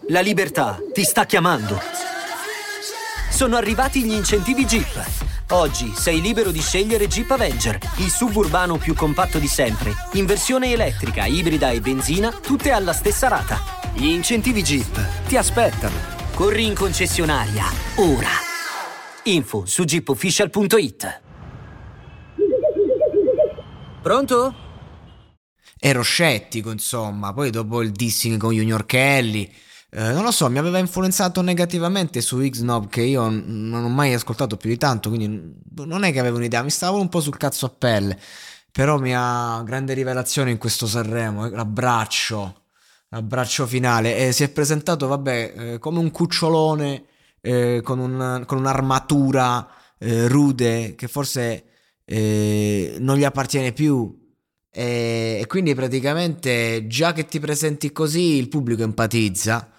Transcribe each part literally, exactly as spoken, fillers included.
La libertà ti sta chiamando. Sono arrivati gli incentivi Jeep. Oggi sei libero di scegliere Jeep Avenger, il S U V urbano più compatto di sempre, in versione elettrica, ibrida e benzina, tutte alla stessa rata. Gli incentivi Jeep ti aspettano. Corri in concessionaria, ora. Info su jeep official punto it. Pronto? Ero scettico, insomma, poi dopo il dissing con Junior Kelly, eh, non lo so, mi aveva influenzato negativamente su X-Nob, che io n- non ho mai ascoltato più di tanto, quindi non è che avevo un'idea, mi stavo un po' sul cazzo a pelle, però mia grande rivelazione in questo Sanremo, eh, l'abbraccio, l'abbraccio finale, e si è presentato, vabbè, eh, come un cucciolone, eh, con, un, con un'armatura eh, rude, che forse eh, non gli appartiene più. E, e quindi praticamente già che ti presenti così il pubblico empatizza,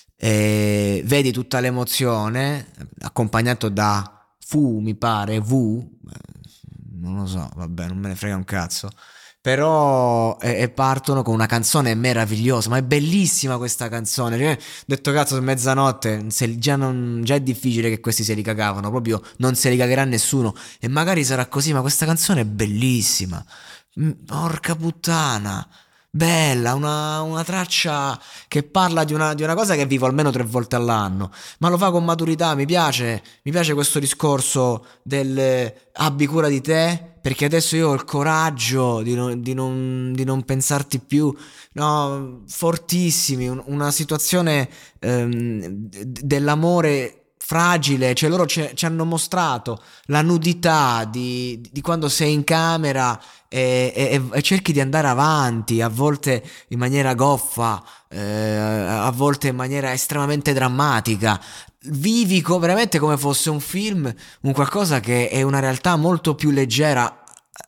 e vedi tutta l'emozione accompagnato da Fu, mi pare, V, non lo so, vabbè, non me ne frega un cazzo, però e, e partono con una canzone meravigliosa, ma è bellissima questa canzone, cioè, ho detto cazzo, è mezzanotte, se già, non, già è difficile che questi se li cagavano, proprio non se li cagherà nessuno, e magari sarà così, ma questa canzone è bellissima. Porca puttana, bella, una, una traccia che parla di una, di una cosa che vivo almeno tre volte all'anno, ma lo fa con maturità, mi piace, mi piace questo discorso del eh, abbi cura di te, perché adesso io ho il coraggio di non, di non, di non pensarti più, no, fortissimi, un- una situazione ehm, d- dell'amore fragile, cioè loro ci, ci hanno mostrato la nudità di, di quando sei in camera e, e- e cerchi di andare avanti, a volte in maniera goffa, eh, a volte in maniera estremamente drammatica. Vivi co- veramente come fosse un film, un qualcosa che è una realtà molto più leggera.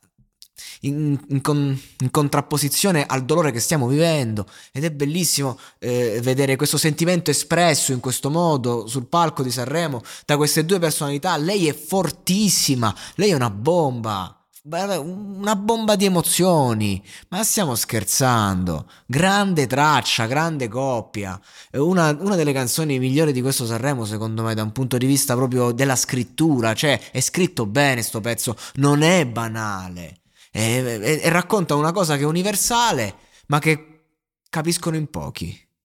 In, in con- in contrapposizione al dolore che stiamo vivendo, ed è bellissimo eh, vedere questo sentimento espresso in questo modo sul palco di Sanremo da queste due personalità. Lei è fortissima, lei è una bomba, una bomba di emozioni, ma stiamo scherzando? Grande traccia, grande coppia, una, una delle canzoni migliori di questo Sanremo secondo me, da un punto di vista proprio della scrittura, cioè è scritto bene sto pezzo, non è banale, e, e- e racconta una cosa che è universale ma che capiscono in pochi.